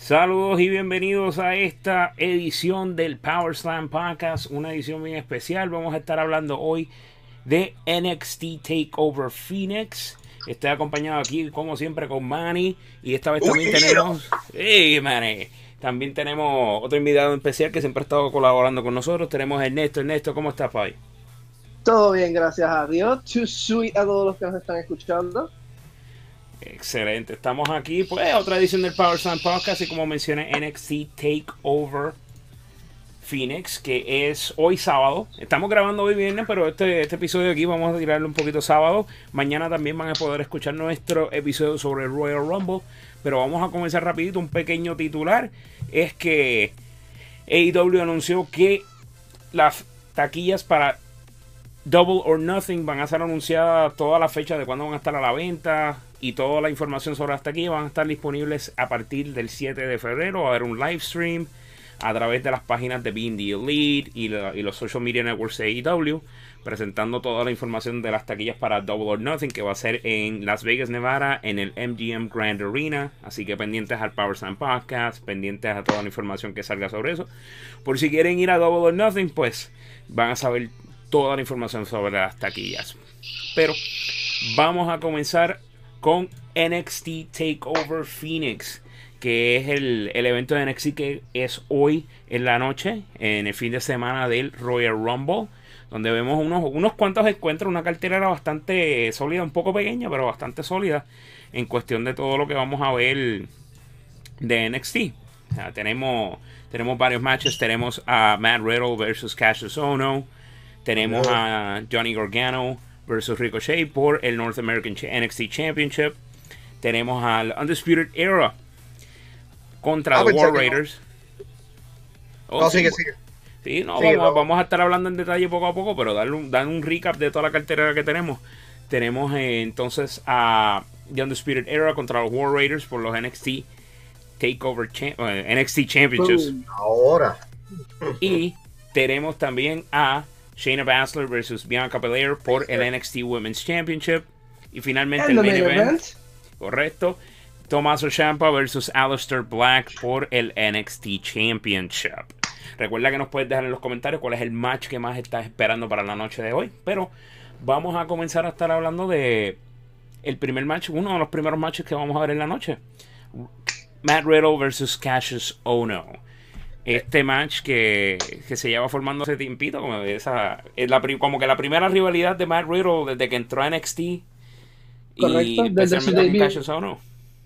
Saludos y bienvenidos a esta edición del Power Slam Podcast, una edición bien especial. Vamos a estar hablando hoy de NXT TakeOver Phoenix. Estoy acompañado aquí, como siempre, con Manny. Y esta vez también tenemos... ¡Hey, Manny! También tenemos otro invitado especial que siempre ha estado colaborando con nosotros. Tenemos a Ernesto. Ernesto, ¿cómo estás, Pai? Todo bien, gracias a Dios. Too sweet a todos los que nos están escuchando. Excelente, estamos aquí, pues, otra edición del Power Slam Podcast. Y como mencioné, NXT TakeOver Phoenix, que es hoy sábado. Estamos grabando hoy viernes, pero este episodio aquí vamos a tirarlo un poquito sábado. Mañana también van a poder escuchar nuestro episodio sobre el Royal Rumble. Pero vamos a comenzar rapidito. Un pequeño titular es que AEW anunció que las taquillas para Double or Nothing van a ser anunciadas toda la fecha de cuándo van a estar a la venta, y toda la información sobre las taquillas van a estar disponibles a partir del 7 de febrero. Va a haber un live stream a través de las páginas de Being the Elite y los social media networks de AEW, presentando toda la información de las taquillas para Double or Nothing, que va a ser en Las Vegas, Nevada, en el MGM Grand Arena. Así que pendientes al Power Slam Podcast, pendientes a toda la información que salga sobre eso. Por si quieren ir a Double or Nothing, pues van a saber toda la información sobre las taquillas. Pero vamos a comenzar con NXT TakeOver Phoenix, que es el evento de NXT que es hoy en la noche, en el fin de semana del Royal Rumble, donde vemos unos cuantos encuentros, una cartelera bastante sólida, un poco pequeña, pero bastante sólida en cuestión de todo lo que vamos a ver de NXT. O sea, tenemos varios matches. Tenemos a Matt Riddle versus Cassius Ohno. Tenemos a Johnny Gargano versus Ricochet por el North American NXT Championship. Tenemos al Undisputed Era contra The War Raiders. Sigue. Sí, vamos a estar hablando en detalle poco a poco, pero dar un recap de toda la cartera que tenemos. Tenemos entonces a The Undisputed Era contra los War Raiders por los NXT TakeOver NXT Championships. Ahora. Y tenemos también a Shayna Baszler versus Bianca Belair por el NXT Women's Championship. Y finalmente el main event. Correcto. Tommaso Ciampa versus Aleister Black por el NXT Championship. Recuerda que nos puedes dejar en los comentarios cuál es el match que más estás esperando para la noche de hoy. Pero vamos a comenzar a estar hablando de el primer match, uno de los primeros matches que vamos a ver en la noche. Matt Riddle versus Cassius Ohno. Este match que se lleva formando hace tiempito, como que la primera rivalidad de Matt Riddle desde que entró a NXT. Correcto, y especialmente con Cassius Ohno.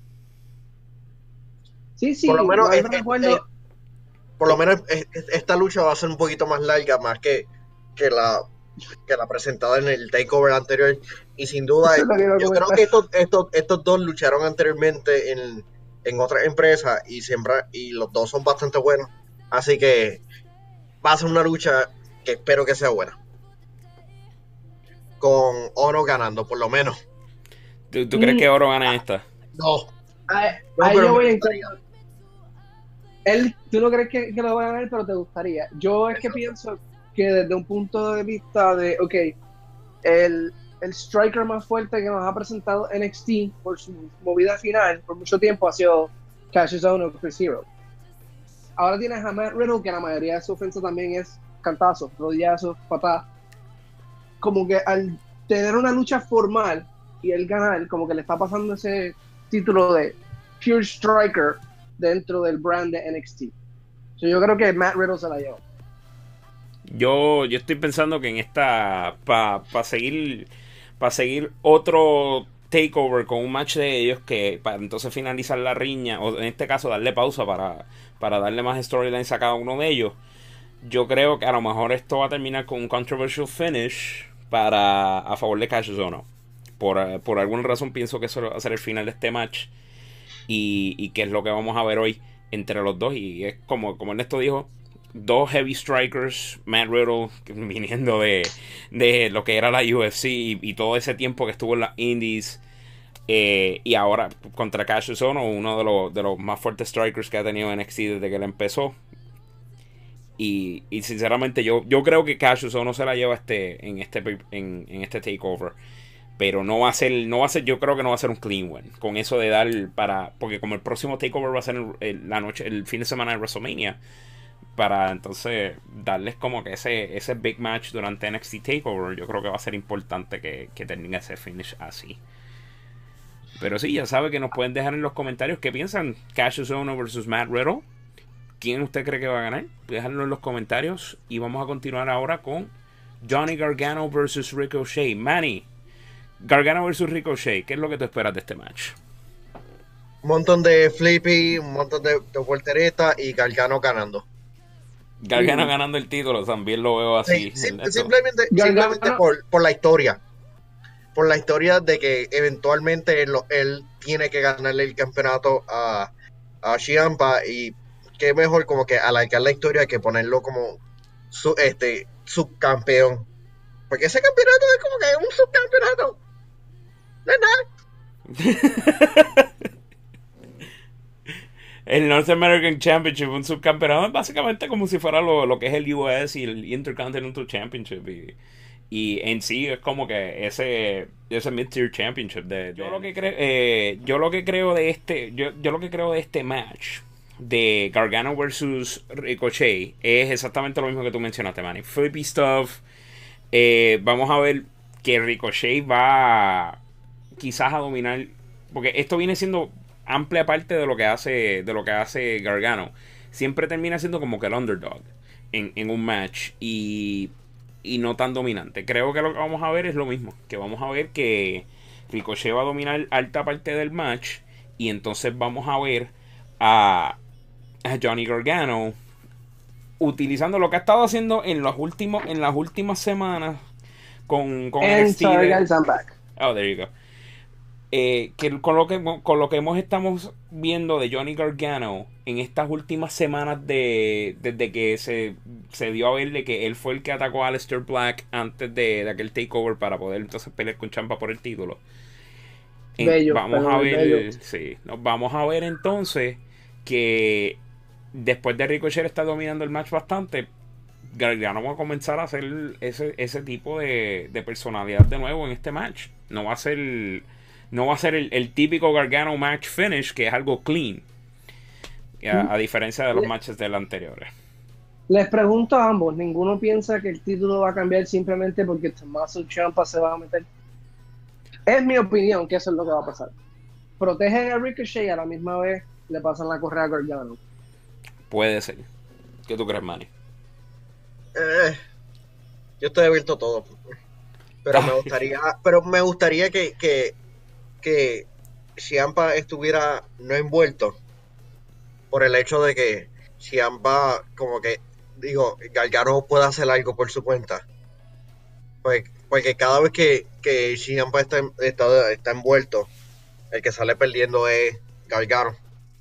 Sí, por lo menos, recuerdo... esta lucha va a ser un poquito más larga, más que la presentada en el takeover anterior. Y sin duda, yo creo que estos dos lucharon anteriormente en otras empresas y los dos son bastante buenos. Así que va a ser una lucha que espero que sea buena. Con Oro ganando, por lo menos. ¿Tú crees que Oro gana esta? No. Ahí yo voy a entrar. ¿Tú no crees que lo va a ganar, pero te gustaría? Yo es que pienso que desde un punto de vista de, el striker más fuerte que nos ha presentado NXT por su movida final por mucho tiempo ha sido Cassius Ohno, Chris Hero. Ahora tienes a Matt Riddle, que la mayoría de su ofensa también es cantazos, rodillazos, patadas. Como que al tener una lucha formal y él ganar, como que le está pasando ese título de Pure Striker dentro del brand de NXT. Yo creo que Matt Riddle se la lleva. Yo estoy pensando que en esta, para seguir otro takeover con un match de ellos, que para entonces finalizar la riña, o en este caso darle pausa para darle más storylines a cada uno de ellos, yo creo que a lo mejor esto va a terminar con un controversial finish a favor de Cassius Ohno. Por alguna razón pienso que eso va a ser el final de este match, y que es lo que vamos a ver hoy entre los dos. Y es como Ernesto dijo, dos heavy strikers, Matt Riddle viniendo de lo que era la UFC y todo ese tiempo que estuvo en las Indies, y ahora contra Cassius Ohno, uno de los más fuertes strikers que ha tenido NXT desde que él empezó. Y sinceramente yo creo que Cassius Ohno se la lleva en este takeover. Pero no va a ser, yo creo que no va a ser un clean win. Con eso de dar porque como el próximo takeover va a ser el fin de semana de WrestleMania, para entonces darles como que ese big match durante NXT Takeover, yo creo que va a ser importante que tenga ese finish así. Pero sí, ya sabe que nos pueden dejar en los comentarios qué piensan. Cassius Ohno versus Matt Riddle. ¿Quién usted cree que va a ganar? Déjenlo en los comentarios. Y vamos a continuar ahora con Johnny Gargano versus Ricochet. Manny, Gargano versus Ricochet, ¿qué es lo que tú esperas de este match? Un montón de flippy, un montón de volteretas y Gargano ganando. Gargano ganando el título, también lo veo así. Sí, simplemente por la historia. Por la historia de que eventualmente él tiene que ganarle el campeonato a Ciampa, y qué mejor como que alargar la historia que ponerlo como subcampeón. Porque ese campeonato es como que un subcampeonato. No es nada. El North American Championship, un subcampeonato, es básicamente como si fuera lo que es el US y el Intercontinental Championship. Y en sí es como que ese mid-tier championship yo lo que creo de este match de Gargano versus Ricochet es exactamente lo mismo que tú mencionaste, Manny. Flippy stuff. Vamos a ver que Ricochet va quizás a dominar, porque esto viene siendo amplia parte de lo que hace Gargano. Siempre termina siendo como que el underdog en un match y no tan dominante. Creo que lo que vamos a ver es lo mismo, que vamos a ver que Ricochet va a dominar alta parte del match, y entonces vamos a ver a Johnny Gargano utilizando lo que ha estado haciendo en las últimas semanas con NXT. Oh, there you go. Que con lo que estamos viendo de Johnny Gargano en estas últimas semanas desde que se dio a ver de que él fue el que atacó a Aleister Black antes de aquel takeover para poder entonces pelear con Ciampa por el título. Vamos a ver entonces que después de Ricochet estar dominando el match bastante, Gargano va a comenzar a hacer ese tipo de personalidad de nuevo en este match. No va a ser el típico Gargano match finish, que es algo clean, a diferencia de los matches del anteriores. Les pregunto a ambos, ¿ninguno piensa que el título va a cambiar simplemente porque Tommaso Ciampa se va a meter? Es mi opinión que eso es lo que va a pasar. Protegen a Ricochet y a la misma vez le pasan la correa a Gargano. Puede ser. ¿Qué tú crees, Manny? Yo estoy abierto a todo. Pero me gustaría que Ciampa estuviera no envuelto, por el hecho de que Ciampa, como que Gargano pueda hacer algo por su cuenta, porque cada vez que Ciampa está envuelto, el que sale perdiendo es Gargano.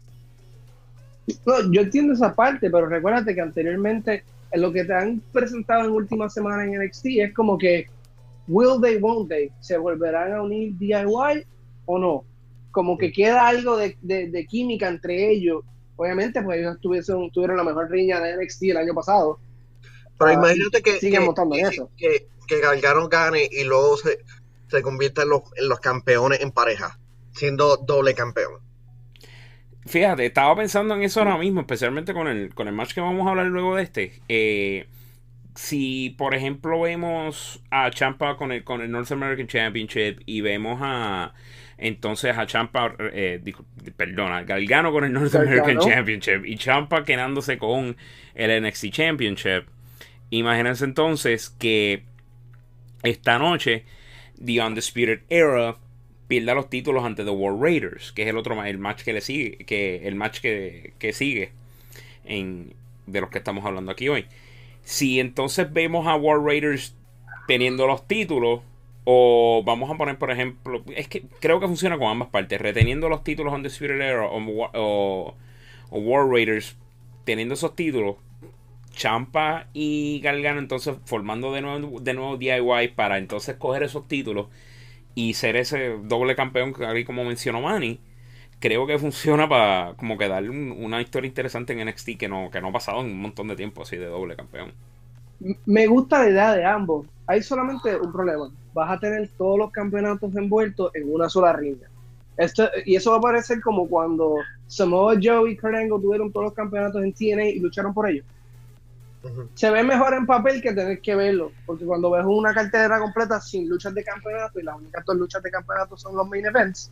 No, yo entiendo esa parte, pero recuérdate que anteriormente en lo que te han presentado en última semana en NXT es como que will they, won't they, se volverán a unir DIY o no, como que queda algo de química entre ellos. Obviamente pues ellos tuvieron la mejor riña de NXT el año pasado, pero imagínate que Gargano gane y luego se convierta en los campeones en pareja, siendo doble campeón. Fíjate, estaba pensando en eso ahora mismo, especialmente con el match que vamos a hablar luego de este. Si, por ejemplo, vemos a Ciampa con el North American Championship y vemos entonces a Ciampa, a Gargano con el North American Championship y Ciampa quedándose con el NXT Championship, imagínense entonces que esta noche The Undisputed Era pierda los títulos ante The War Raiders, que es el match que le sigue, que sigue de los que estamos hablando aquí hoy. Si entonces vemos a War Raiders teniendo los títulos, o vamos a poner, por ejemplo, es que creo que funciona con ambas partes, reteniendo los títulos Undisputed Era o War Raiders teniendo esos títulos, Ciampa y Gargano entonces formando de nuevo DIY para entonces coger esos títulos y ser ese doble campeón, como mencionó Manny. Creo que funciona para como que darle una historia interesante en NXT que no ha pasado en un montón de tiempo así de doble campeón. Me gusta la idea de ambos. Hay solamente un problema. Vas a tener todos los campeonatos envueltos en una sola riña. Y eso va a parecer como cuando Samoa Joe y Kurt Angle tuvieron todos los campeonatos en TNA y lucharon por ellos. Se ve mejor en papel que tener que verlo, porque cuando ves una cartelera completa sin luchas de campeonato y las únicas dos luchas de campeonato son los main events,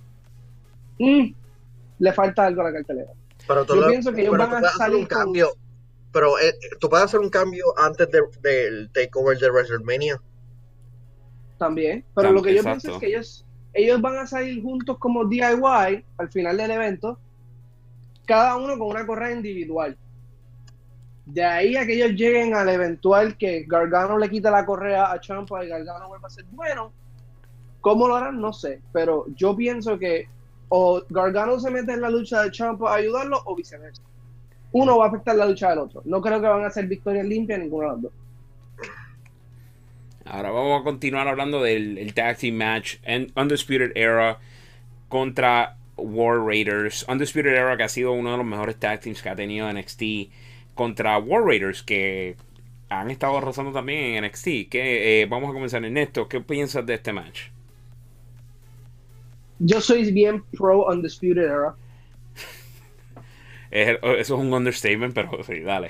le falta algo a la cartelera. Yo pienso que ellos van a salir un cambio, pero tú puedes hacer un cambio antes del takeover de WrestleMania. También, pero lo que yo pienso es que ellos van a salir juntos como DIY al final del evento, cada uno con una correa individual. De ahí a que ellos lleguen al eventual que Gargano le quita la correa a Ciampa y Gargano vuelva a ser bueno, ¿cómo lo harán? No sé, pero yo pienso que o Gargano se mete en la lucha de Ciampa a ayudarlo o viceversa. Uno va a afectar la lucha del otro. No creo que van a ser victorias limpias ninguno de los dos. Ahora vamos a continuar hablando del tag team match en Undisputed Era contra War Raiders. Undisputed Era, que ha sido uno de los mejores tag teams que ha tenido NXT, contra War Raiders, que han estado arrasando también en NXT. Vamos a comenzar en esto. ¿Qué piensas de este match? Yo soy bien pro Undisputed Era. Eso es un understatement, pero sí, dale.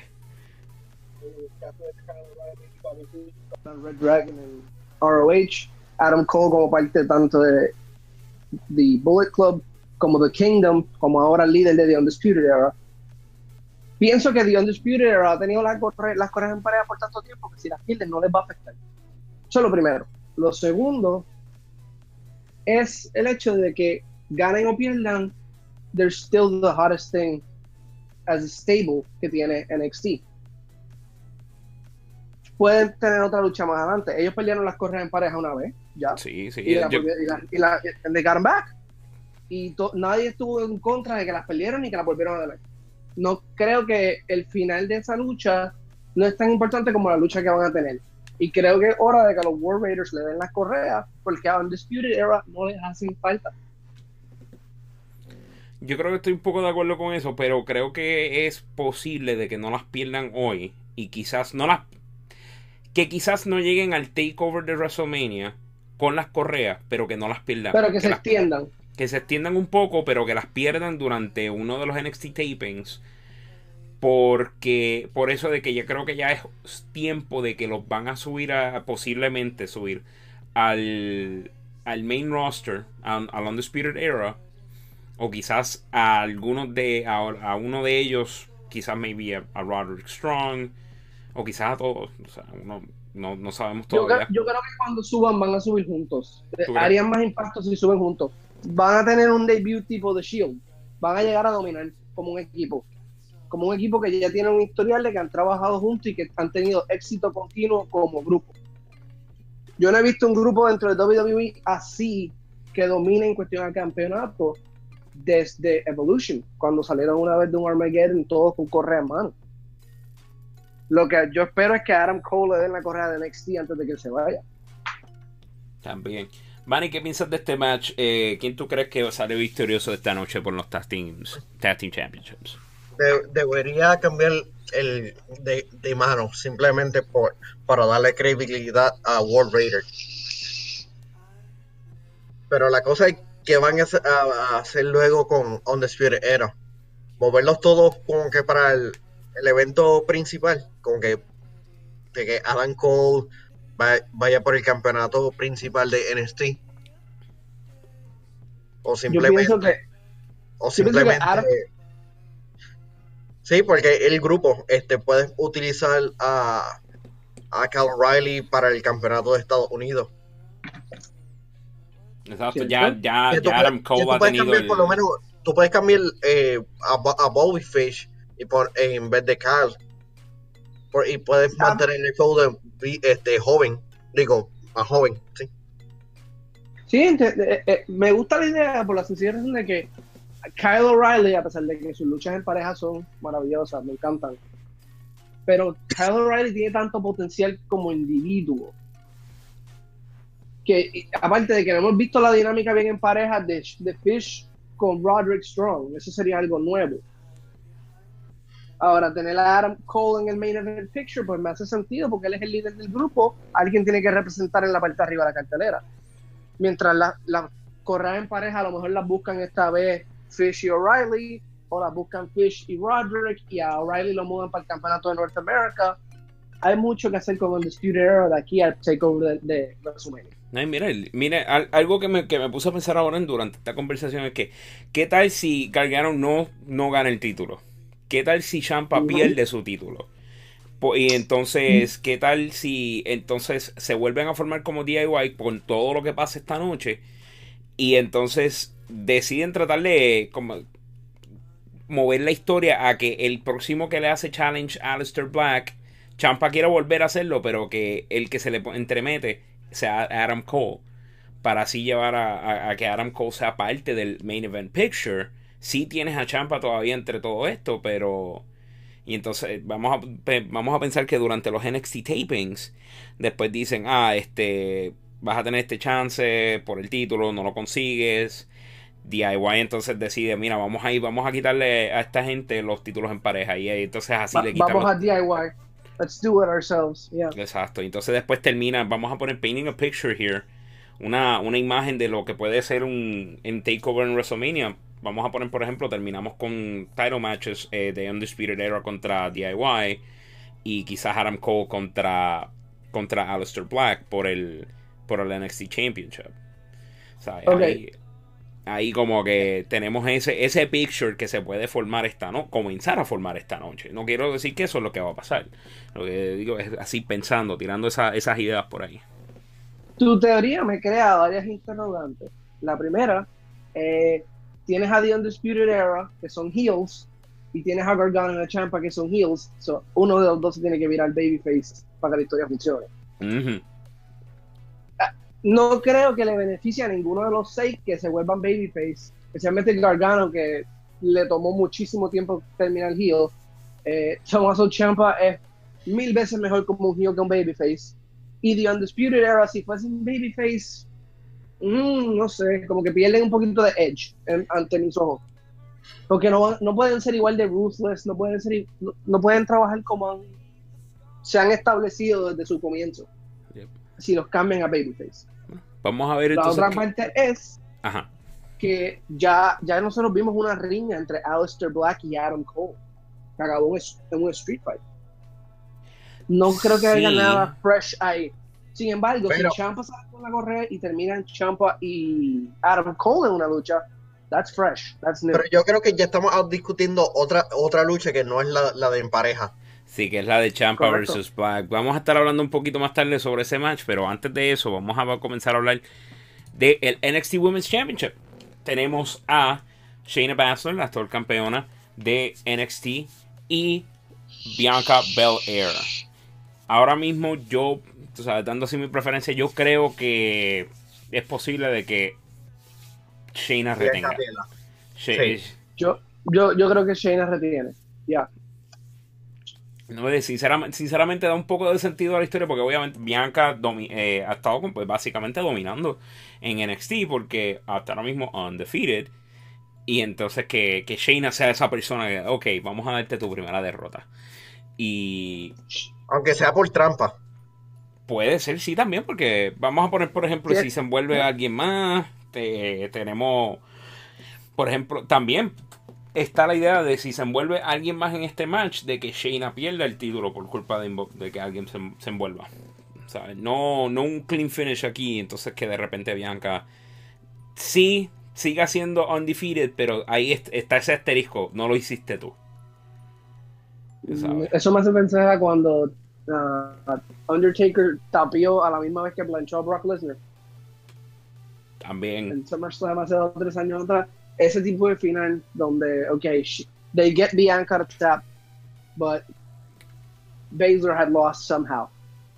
Red Dragon en ROH, Adam Cole como parte tanto de The Bullet Club como The Kingdom, como ahora líder de The Undisputed Era. Pienso que The Undisputed Era ha tenido las correas en pareja por tanto tiempo que si las pierden no les va a afectar. Eso es lo primero. Lo segundo es el hecho de que ganen o pierdan, they're still the hottest thing as a stable que tiene NXT. Pueden tener otra lucha más adelante. Ellos perdieron las correas en pareja una vez, ya. Sí. Y they got them back. Y nadie estuvo en contra de que las perdieron ni que las volvieron a ganar. No creo que el final de esa lucha no es tan importante como la lucha que van a tener. Y creo que es hora de que los War Raiders le den las correas, porque a Undisputed Era no les hacen falta. Yo creo que estoy un poco de acuerdo con eso, pero creo que es posible de que no las pierdan hoy y quizás no lleguen al takeover de WrestleMania con las correas, pero que no las pierdan. Pero que se extiendan. Que se extiendan un poco, pero que las pierdan durante uno de los NXT tapings. Porque por eso de que yo creo que ya es tiempo de que los van a subir posiblemente subir al main roster, al Undisputed Era, o quizás a algunos a uno de ellos, quizás maybe a Roderick Strong, o quizás a todos. O sea, no sabemos todavía. Yo creo que cuando suban van a subir juntos. Harían más impacto si suben juntos. Van a tener un debut tipo de Shield. Van a llegar a dominar como un equipo. Como un equipo que ya tiene un historial de que han trabajado juntos y que han tenido éxito continuo como grupo. Yo no he visto un grupo dentro de WWE así que domine en cuestión de campeonato desde Evolution, cuando salieron una vez de un Armageddon todos con correa en mano. Lo que yo espero es que a Adam Cole le den la correa de NXT antes de que él se vaya. También. Manny, ¿qué piensas de este match? ¿Quién tú crees que sale victorioso esta noche por los Tag Team Championships? Debería cambiar de mano, simplemente para darle credibilidad a World Raider. Pero la cosa es que van a hacer luego con Undisputed Era. Moverlos todos como que para el evento principal, como que de que Adam Cole vaya por el campeonato principal de NXT. O simplemente sí, porque el grupo puede utilizar a Kyle O'Reilly para el campeonato de Estados Unidos. Exacto, ya Adam Cole ha tenido por lo menos tú puedes cambiar a Bobby Fish en vez de Kyle, y puedes mantener el show de joven, más joven, sí. Sí, me gusta la idea por la sencilla razón de que Kyle O'Reilly, a pesar de que sus luchas en pareja son maravillosas, me encantan, pero Kyle O'Reilly tiene tanto potencial como individuo que, aparte de que no hemos visto la dinámica bien en pareja de Fish con Roderick Strong, eso sería algo nuevo. Ahora, tener a Adam Cole en el main event picture, pues me hace sentido porque él es el líder del grupo, alguien tiene que representar en la parte de arriba de la cartelera. Mientras las correas en pareja a lo mejor las buscan esta vez Fish y O'Reilly, o las buscan Fish y Roderick, y a O'Reilly lo mudan para el campeonato de North America. Hay mucho que hacer con Undisputed Era de aquí al takeover de WrestleMania. No, mira, algo que me puse a pensar ahora durante esta conversación es que, ¿qué tal si Gargano no gana el título? ¿Qué tal si Ciampa pierde su título? Y entonces, ¿qué tal si entonces se vuelven a formar como DIY con todo lo que pasa esta noche? Y entonces deciden tratar de como mover la historia a que el próximo que le hace challenge a Aleister Black, Ciampa quiera volver a hacerlo, pero que el que se le entremete sea Adam Cole, para así llevar a que Adam Cole sea parte del main event picture. Sí tienes a Ciampa todavía entre todo esto, pero... Y entonces vamos a pensar que durante los NXT tapings después dicen, vas a tener este chance por el título, no lo consigues. DIY entonces decide, mira, vamos a quitarle a esta gente los títulos en pareja, y entonces así le quitan. Vamos a DIY. Let's do it ourselves. Yeah. Exacto. Entonces después termina, vamos a poner painting a picture here, una imagen de lo que puede ser en Takeover en WrestleMania. Vamos a poner, por ejemplo, terminamos con title matches de Undisputed Era contra DIY, y quizás Adam Cole contra Aleister Black por el NXT Championship. O sea, okay. Ahí como que tenemos ese picture que se puede formar comenzar a formar esta noche. No quiero decir que eso es lo que va a pasar. Lo que digo es así pensando, tirando esas ideas por ahí. Tu teoría me crea varias interrogantes. La primera, tienes a The Undisputed Era, que son heels, y tienes a Gargano y a Ciampa, que son heels. So, uno de los dos se tiene que virar babyface para que la historia funcione. Uh-huh. No creo que le beneficie a ninguno de los 6 que se vuelvan babyface, especialmente Gargano, que le tomó muchísimo tiempo terminar el heel. Tommaso Ciampa es 1000 veces mejor como un heel que un babyface. Y The Undisputed Era, si fuesen babyface, no sé, como que pierden un poquito de edge ante mis ojos. Porque no pueden ser igual de ruthless, no pueden trabajar como se han establecido desde su comienzo. Yep. Si los cambian a babyface. Vamos a ver la entonces. La otra parte es Ajá. que ya nosotros vimos una riña entre Aleister Black y Adam Cole, que acabó en un street fight. No creo que haya nada fresh ahí. Sin embargo, si Ciampa sale con la correa y terminan Ciampa y Adam Cole en una lucha, that's fresh, that's new. Pero yo creo que ya estamos discutiendo otra lucha que no es la de en pareja. Sí, que es la de Ciampa versus Black. Vamos a estar hablando un poquito más tarde sobre ese match, pero antes de eso vamos a comenzar a hablar del NXT Women's Championship. Tenemos a Shayna Baszler, la actual campeona de NXT, y Bianca Belair. Ahora mismo yo, dando así mi preferencia, yo creo que es posible de que Shayna retenga. Sí. Yo creo que Shayna retiene. Ya. No, sinceramente da un poco de sentido a la historia, porque obviamente Bianca ha estado pues, básicamente dominando en NXT, porque hasta ahora mismo undefeated, y entonces que Shayna sea esa persona que, ok, vamos a darte tu primera derrota. Y aunque sea por trampa. Puede ser, sí, también, porque vamos a poner, por ejemplo, si se envuelve a alguien más, tenemos, por ejemplo, también está la idea de si se envuelve alguien más en este match, de que Shayna pierda el título por culpa de que alguien se envuelva. ¿Sabes? No un clean finish aquí, entonces que de repente Bianca sí siga siendo undefeated, pero ahí está ese asterisco, no lo hiciste tú. ¿Sabes? Eso me hace pensar a cuando Undertaker tapió a la misma vez que planchó a Brock Lesnar. También. En SummerSlam hace 2 o 3 años atrás. Ese tipo de final donde, okay, they get Bianca to tap, but Baszler had lost somehow.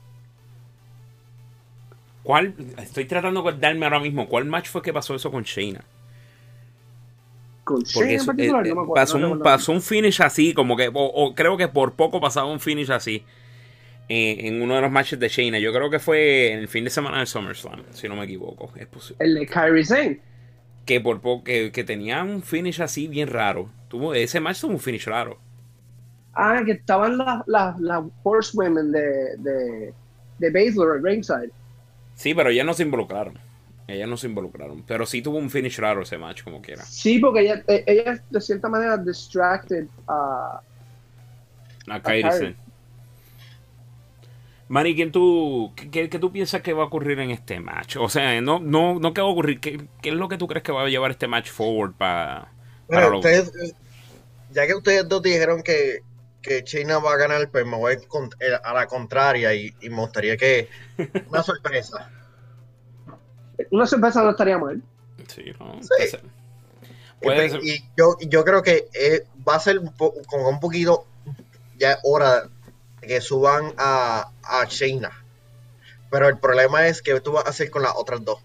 Estoy tratando de acordarme ahora mismo, ¿cuál match fue que pasó eso con Shayna? Con Shayna en particular, no me acuerdo. Pasó un finish así, como que, o creo que por poco pasaba un finish así en uno de los matches de Shayna. Yo creo que fue en el fin de semana de SummerSlam, si no me equivoco. Es posible. El de Kairi Sane. Que por poco que tenía un finish así bien raro. Ese match tuvo un finish raro. que estaban las horsewomen de Baszler al ringside. Sí, pero ellas no se involucraron. Pero sí tuvo un finish raro ese match, como quiera. Sí, porque ella de cierta manera distracted a Kairi Sane. Manny, ¿qué tú piensas que va a ocurrir en este match? O sea, no qué va a ocurrir. ¿Qué es lo que tú crees que va a llevar este match forward para ustedes, ya que ustedes dos dijeron que China va a ganar, pues me voy a la contraria y me gustaría que una sorpresa. Una sorpresa no estaría mal. Sí, ¿no? Sí. Puede ser. Y yo creo que va a ser con un poquito ya hora de que suban a China. Pero el problema es que tú vas a hacer con las otras dos.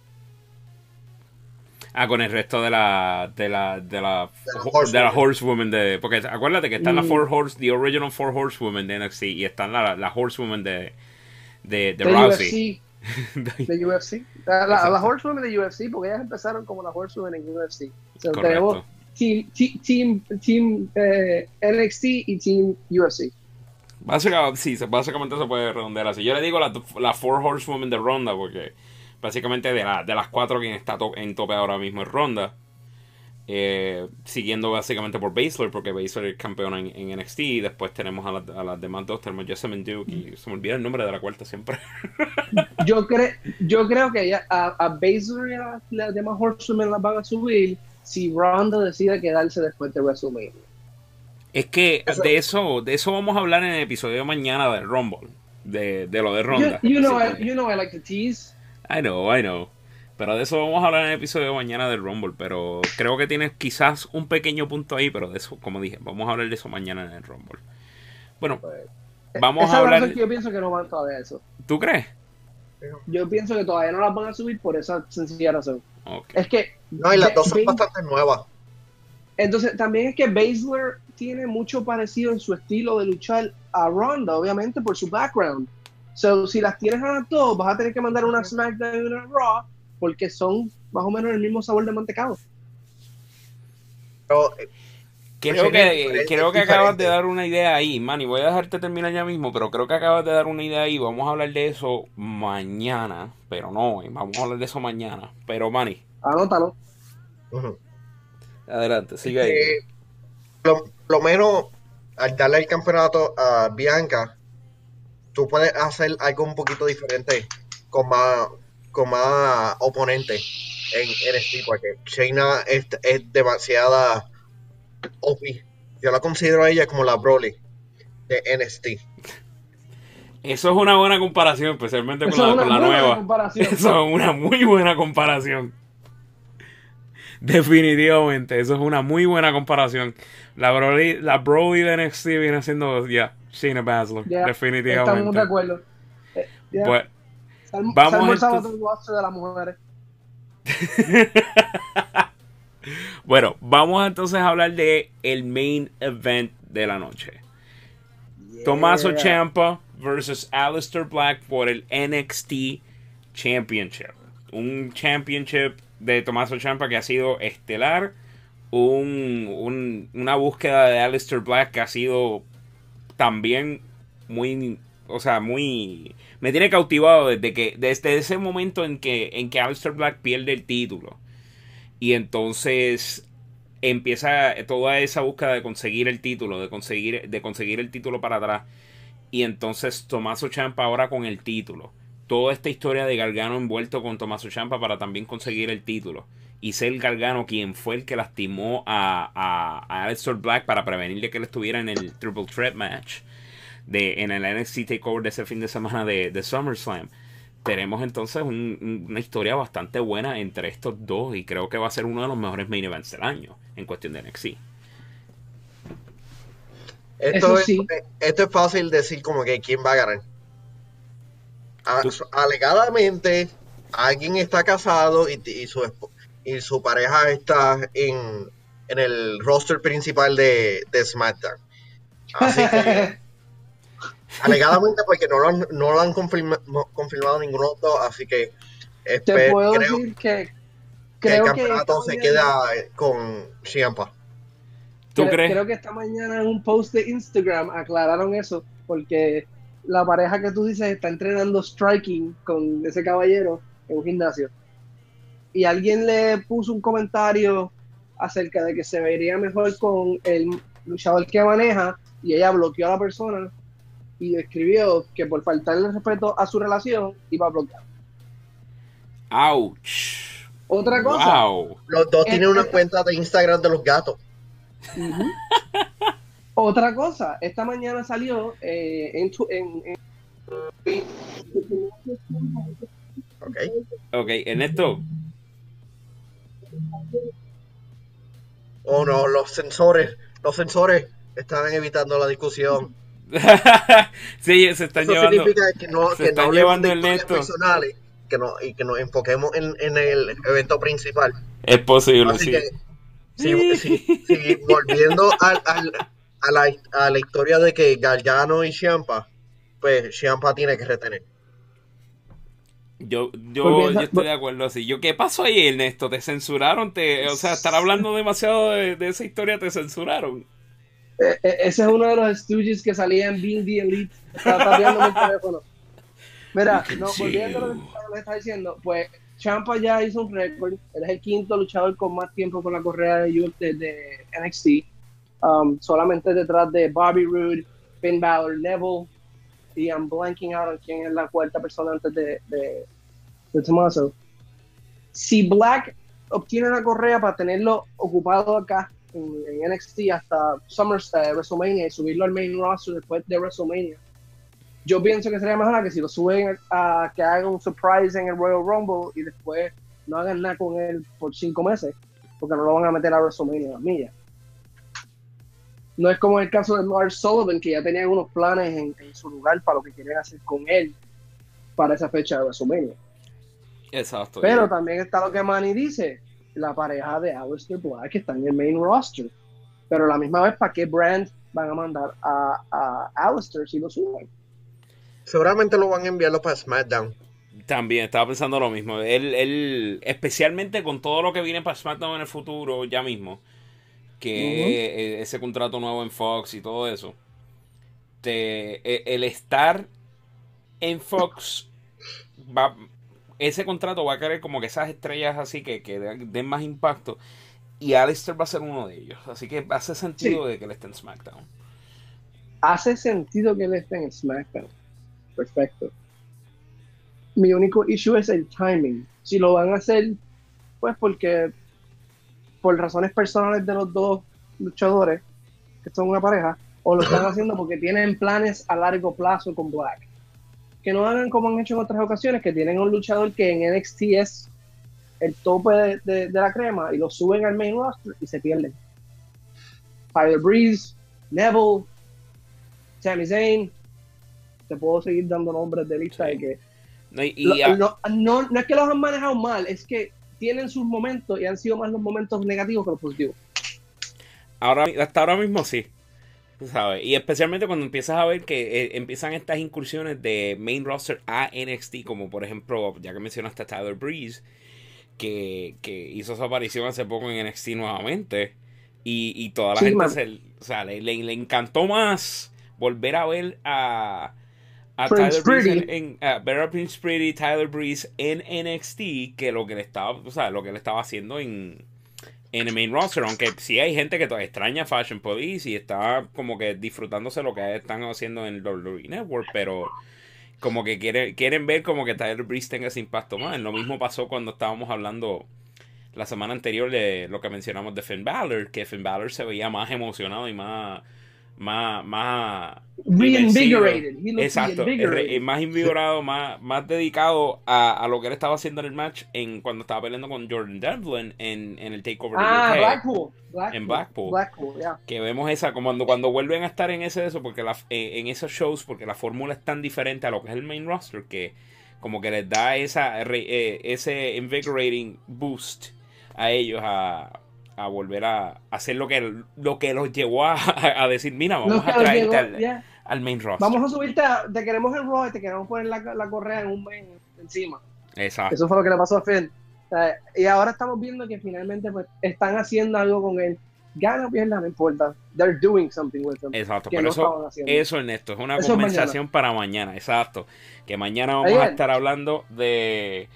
Con el resto de la Horsewoman porque acuérdate que están las the original Four Horsewomen de NXT y están la Horsewoman de Rousey. De UFC. La Horsewoman de UFC, porque ellas empezaron como la Horsewoman en UFC. So, tenemos Team NXT y Team UFC. Básicamente se puede redondear así. Yo le digo la Four Horsewomen de Ronda porque básicamente de las 4 quien está en tope ahora mismo es Ronda. Siguiendo básicamente por Baszler, porque Baszler es campeona en NXT. Y después tenemos a las demás dos. Tenemos Jessamine Duke y se me olvida el nombre de la cuarta siempre. yo creo que a Baszler y a las demás Horsewomen las van a subir si Ronda decide quedarse después de WrestleMania. Es que de eso vamos a hablar en el episodio de mañana del Rumble. De lo de Ronda. You know I like to tease. I know. Pero de eso vamos a hablar en el episodio de mañana del Rumble. Pero creo que tienes quizás un pequeño punto ahí. Pero de eso, como dije, vamos a hablar de eso mañana en el Rumble. Bueno, vamos a hablar. Yo pienso que no van todavía a eso. ¿Tú crees? Yo pienso que todavía no las van a subir por esa sencilla razón. Okay. Es que. No, y las dos son bastante nuevas. Entonces, también es que Baszler tiene mucho parecido en su estilo de luchar a Ronda, obviamente por su background. So, si las tienes a las dos, vas a tener que mandar una SmackDown y una Raw, porque son más o menos el mismo sabor de mantecado. Pero, creo que acabas de dar una idea ahí, Manny. Voy a dejarte terminar ya mismo, pero creo que acabas de dar una idea ahí. Vamos a hablar de eso mañana, pero no, vamos a hablar de eso mañana. Pero, Manny. Anótalo. Adelante, sigue ahí. Lo menos, al darle el campeonato a Bianca, tú puedes hacer algo un poquito diferente con más oponentes en NXT, porque Shayna es demasiada OP. Yo la considero a ella como la Broly de NXT. Eso es una buena comparación, especialmente con la nueva. Eso es una muy buena comparación. Definitivamente, eso es una muy buena comparación. La Broly de NXT viene siendo Shayna Baszler, definitivamente. Estamos de acuerdo. Pues, vamos a de las mujeres. Bueno, vamos entonces a hablar de el main event de la noche. Tommaso Ciampa versus Aleister Black por el NXT Championship. Un championship de Tommaso Ciampa que ha sido estelar. Una búsqueda de Aleister Black que ha sido también muy me tiene cautivado desde ese momento en que Aleister Black pierde el título y entonces empieza toda esa búsqueda de conseguir el título, de conseguir el título para atrás, y entonces Tommaso Ciampa ahora con el título, toda esta historia de Gargano envuelto con Tommaso Ciampa para también conseguir el título y ser Gargano quien fue el que lastimó a Aleister Black para prevenirle que él estuviera en el Triple Threat match en el NXT TakeOver de ese fin de semana de SummerSlam. Tenemos entonces una historia bastante buena entre estos dos y creo que va a ser uno de los mejores main events del año en cuestión de NXT. Esto es fácil decir como que quién va a ganar. Alegadamente alguien está casado y su pareja está en el roster principal de SmackDown. Así que alegadamente, porque no lo han confirmado ningún otro, así que te puedo decir que el campeonato se queda con Ciampa. ¿Tú crees? Creo que esta mañana en un post de Instagram aclararon eso, porque la pareja que tú dices está entrenando striking con ese caballero en un gimnasio. Y alguien le puso un comentario acerca de que se vería mejor con el luchador que maneja, y ella bloqueó a la persona y escribió que por faltarle respeto a su relación iba a bloquear. ¡Ouch! Otra cosa. Wow. Los dos tienen una cuenta de Instagram de los gatos. Otra cosa, esta mañana salió Ok, Ernesto. Oh no, los sensores están evitando la discusión. Sí, se están Eso llevando. Significa que no, se que están no llevando hablemos de historias personales, y que nos enfoquemos en el evento principal. Es posible, así sí. Que, si volviendo a la historia de que Gargano y Ciampa, pues Ciampa tiene que retener. Yo estoy de acuerdo así. ¿Qué pasó ahí, Ernesto? ¿Te censuraron? O sea, estar hablando demasiado de esa historia, ¿te censuraron? Ese es uno de los Stooges que salía en Being the Elite. Estaba tapeando mi teléfono. Mira, volviendo a lo que me estás diciendo, pues Ciampa ya hizo un récord. Él es el quinto luchador con más tiempo con la correa de NXT. Solamente detrás de Bobby Roode, Finn Balor, Neville, y I'm blanking out on quién es la cuarta persona antes de Tommaso. Si Black obtiene la correa para tenerlo ocupado acá en NXT hasta WrestleMania y subirlo al main roster después de WrestleMania, yo pienso que sería mejor que si lo suben a que hagan un surprise en el Royal Rumble y después no hagan nada con él por 5 meses, porque no lo van a meter a WrestleMania a las millas. No es como el caso de Lars Sullivan, que ya tenían unos planes en su lugar para lo que querían hacer con él para esa fecha de WrestleMania. Exacto. Pero también está lo que Manny dice, la pareja de Aleister Black está en el main roster. Pero a la misma vez, ¿para qué brand van a mandar a Aleister si lo suben? Seguramente lo van a enviarlo para SmackDown. También estaba pensando lo mismo. Él especialmente con todo lo que viene para SmackDown en el futuro, ya mismo, que ese contrato nuevo en Fox y todo eso, el estar en Fox ese contrato va a querer como que esas estrellas así que den más impacto, y Aleister va a ser uno de ellos, así que hace sentido de que él esté en SmackDown. Hace sentido que él esté en SmackDown. Perfecto. Mi único issue es el timing. Si lo van a hacer, pues porque por razones personales de los dos luchadores, que son una pareja, o lo están haciendo porque tienen planes a largo plazo con Black. Que no hagan como han hecho en otras ocasiones, que tienen un luchador que en NXT es el tope de la crema y lo suben al main roster y se pierden. Tyler Breeze, Neville, Sami Zayn, te puedo seguir dando nombres de lista de que no es que los han manejado mal, es que tienen sus momentos y han sido más los momentos negativos que los positivos. Hasta ahora mismo sí, ¿sabes? Y especialmente cuando empiezas a ver que empiezan estas incursiones de main roster a NXT, como por ejemplo, ya que mencionaste a Tyler Breeze, que hizo su aparición hace poco en NXT nuevamente, y toda la gente le encantó más volver a ver a Tyler Breeze Prince Pretty, Tyler Breeze en NXT que lo que le estaba haciendo en el main roster, aunque sí hay gente que todavía extraña Fashion Police y está como que disfrutándose lo que están haciendo en WWE Network, pero como que quieren ver como que Tyler Breeze tenga ese impacto más. Lo mismo pasó cuando estábamos hablando la semana anterior de lo que mencionamos de Finn Balor, que Finn Balor se veía más emocionado y más reinvigorated. Exacto, más invigorado, más dedicado a lo que él estaba haciendo en el match cuando estaba peleando con Jordan Devlin en el Takeover de UK, en Blackpool, yeah. Que vemos esa cuando vuelven a estar en porque en esos shows, porque la fórmula es tan diferente a lo que es el main roster, que como que les da ese invigorating boost a ellos a volver a hacer lo que los llevó a decir, mira, vamos a traerte al main roster. Vamos a subirte, te queremos en Raw y te queremos poner la correa en un main encima. Exacto. Eso fue lo que le pasó a Finn. Y ahora estamos viendo que finalmente pues están haciendo algo con él. gana o pierda, no importa. They're doing something with them. Exacto, pero no eso, Ernesto, es una conversación para mañana, exacto. Que mañana vamos a estar hablando del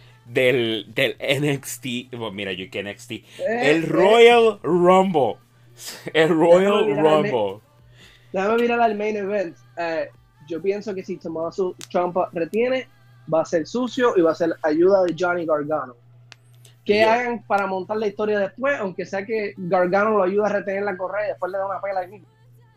NXT, bueno, mira, yo que NXT, el Royal Rumble. El Royal Rumble. Déjame mirar al main event. Yo pienso que si Tommaso Ciampa retiene, va a ser sucio y va a ser ayuda de Johnny Gargano. Que hagan para montar la historia después, aunque sea que Gargano lo ayuda a retener la correa y después le da una pela ahí mismo.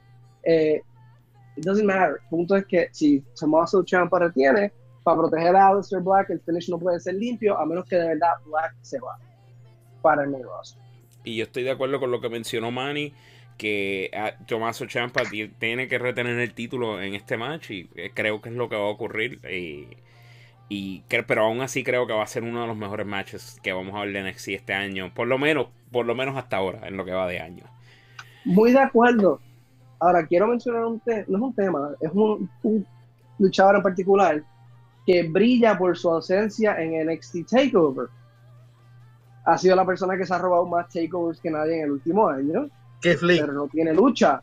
It doesn't matter. El punto es que si Tommaso Ciampa retiene, para proteger a Aleister Black, el finish no puede ser limpio, a menos que de verdad Black se va para el main roster. Y yo estoy de acuerdo con lo que mencionó Manny, que Tommaso Ciampa tiene que retener el título en este match y creo que es lo que va a ocurrir. Pero aún así creo que va a ser uno de los mejores matches que vamos a ver de NXT este año, por lo menos hasta ahora, en lo que va de año. Muy de acuerdo. Ahora quiero mencionar no es un tema, es un luchador en particular que brilla por su ausencia en NXT TakeOver. Ha sido la persona que se ha robado más takeovers que nadie en el último año. Pero no tiene lucha.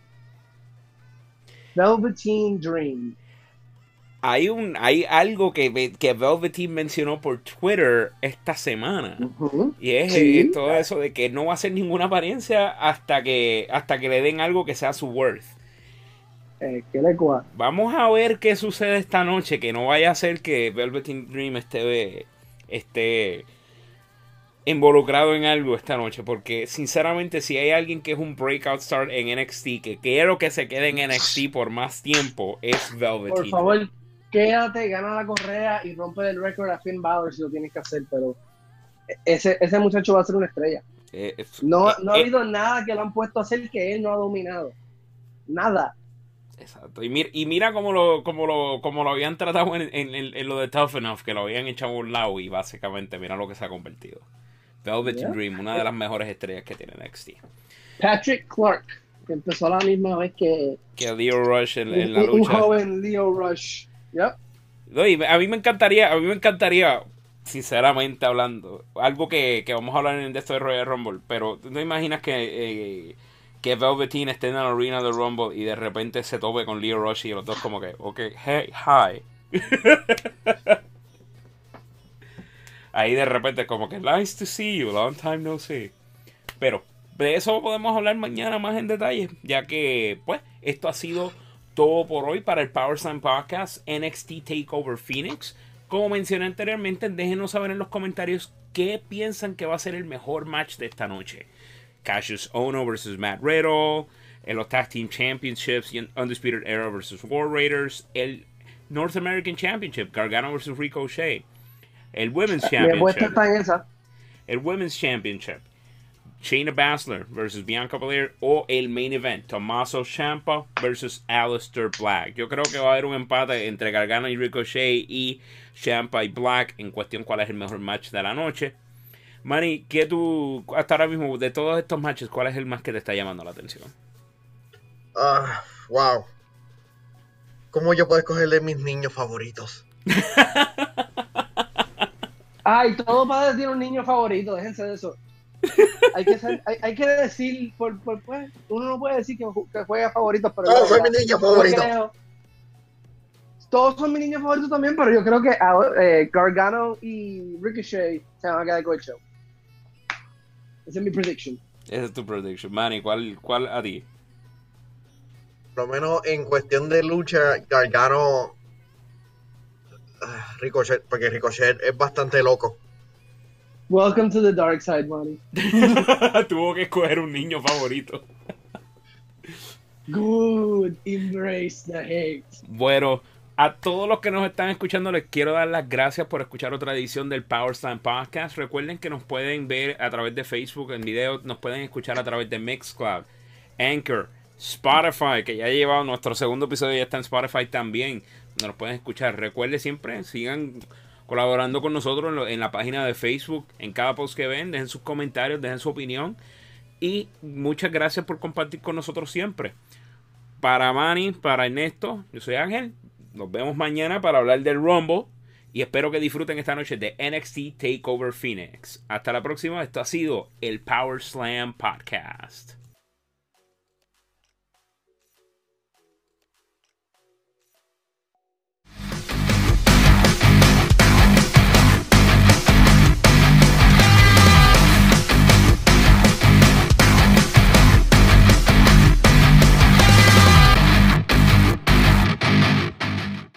Velveteen Dream. Hay algo que Velveteen mencionó por Twitter esta semana. Y es todo eso de que no va a hacer ninguna apariencia hasta que le den algo que sea su worth. ¿Qué le cuadra? Vamos a ver qué sucede esta noche. Que no vaya a ser que Velveteen Dream esté involucrado en algo esta noche. Porque sinceramente si hay alguien que es un breakout star en NXT, que quiero que se quede en NXT por más tiempo, es Velveteen. Por favor, quédate, gana la correa y rompe el récord a Finn Balor si lo tienes que hacer, pero ese muchacho va a ser una estrella. No ha habido nada que lo han puesto a hacer que él no ha dominado. Nada. Exacto. Y mira cómo lo habían tratado en lo de Tough Enough, que lo habían echado a un lado y básicamente mira lo que se ha convertido. Velveteen Dream, una de las mejores estrellas que tiene NXT. Patrick Clark, que empezó a la misma vez que Leo Rush en la lucha. Un joven Leo Rush. Yep. No, y a mí me encantaría, sinceramente hablando, algo que vamos a hablar en esto de Royal Rumble, pero ¿tú no imaginas que Velveteen esté en la arena de Rumble y de repente se tope con Leo Rush y los dos como que, okay, hey, hi. Ahí de repente como que, nice to see you, long time no see. Pero de eso podemos hablar mañana más en detalle, ya que, pues, esto ha sido todo por hoy para el Power Slam Podcast NXT TakeOver Phoenix. Como mencioné anteriormente, déjenos saber en los comentarios qué piensan que va a ser el mejor match de esta noche. Cassius Ohno vs. Matt Riddle, los Tag Team Championships, Undisputed Era vs. War Raiders, el North American Championship, Gargano vs. Ricochet, el Women's Championship, el Women's Championship, Shayna Baszler vs. Bianca Belair, o el main event, Tommaso Ciampa vs. Aleister Black. Yo creo que va a haber un empate entre Gargano y Ricochet y Ciampa y Black en cuestión cuál es el mejor match de la noche. Manny, ¿qué tú, hasta ahora mismo, de todos estos matches, cuál es el más que te está llamando la atención? Wow. ¿Cómo yo puedo escoger de mis niños favoritos? Ay, todo padre tiene un niño favorito, déjense de eso. Hay que decir, pues, uno no puede decir que juega favoritos, pero todos son mis niños favoritos. Todos son mis niños favoritos también, pero yo creo que Gargano y Ricochet se van a quedar con el show. Esa es mi prediction. Esa es tu prediction. Manny, ¿cuál a ti? Por lo menos en cuestión de lucha, Gargano, Ricochet, porque Ricochet es bastante loco. Welcome to the dark side, Manny. Tuvo que escoger un niño favorito. Good, embrace the hate. Bueno, a todos los que nos están escuchando les quiero dar las gracias por escuchar otra edición del Power Slam Podcast. Recuerden que nos pueden ver a través de Facebook en video, nos pueden escuchar a través de Mixcloud, Anchor, Spotify, que ya ha llevado nuestro segundo episodio, ya está en Spotify también, nos pueden escuchar. Recuerden siempre, sigan colaborando con nosotros en la página de Facebook, en cada post que ven, dejen sus comentarios, dejen su opinión y muchas gracias por compartir con nosotros siempre. Para Manny, para Ernesto, yo soy Ángel. Nos vemos mañana para hablar del Rumble y espero que disfruten esta noche de NXT TakeOver Phoenix. Hasta la próxima. Esto ha sido el Power Slam Podcast.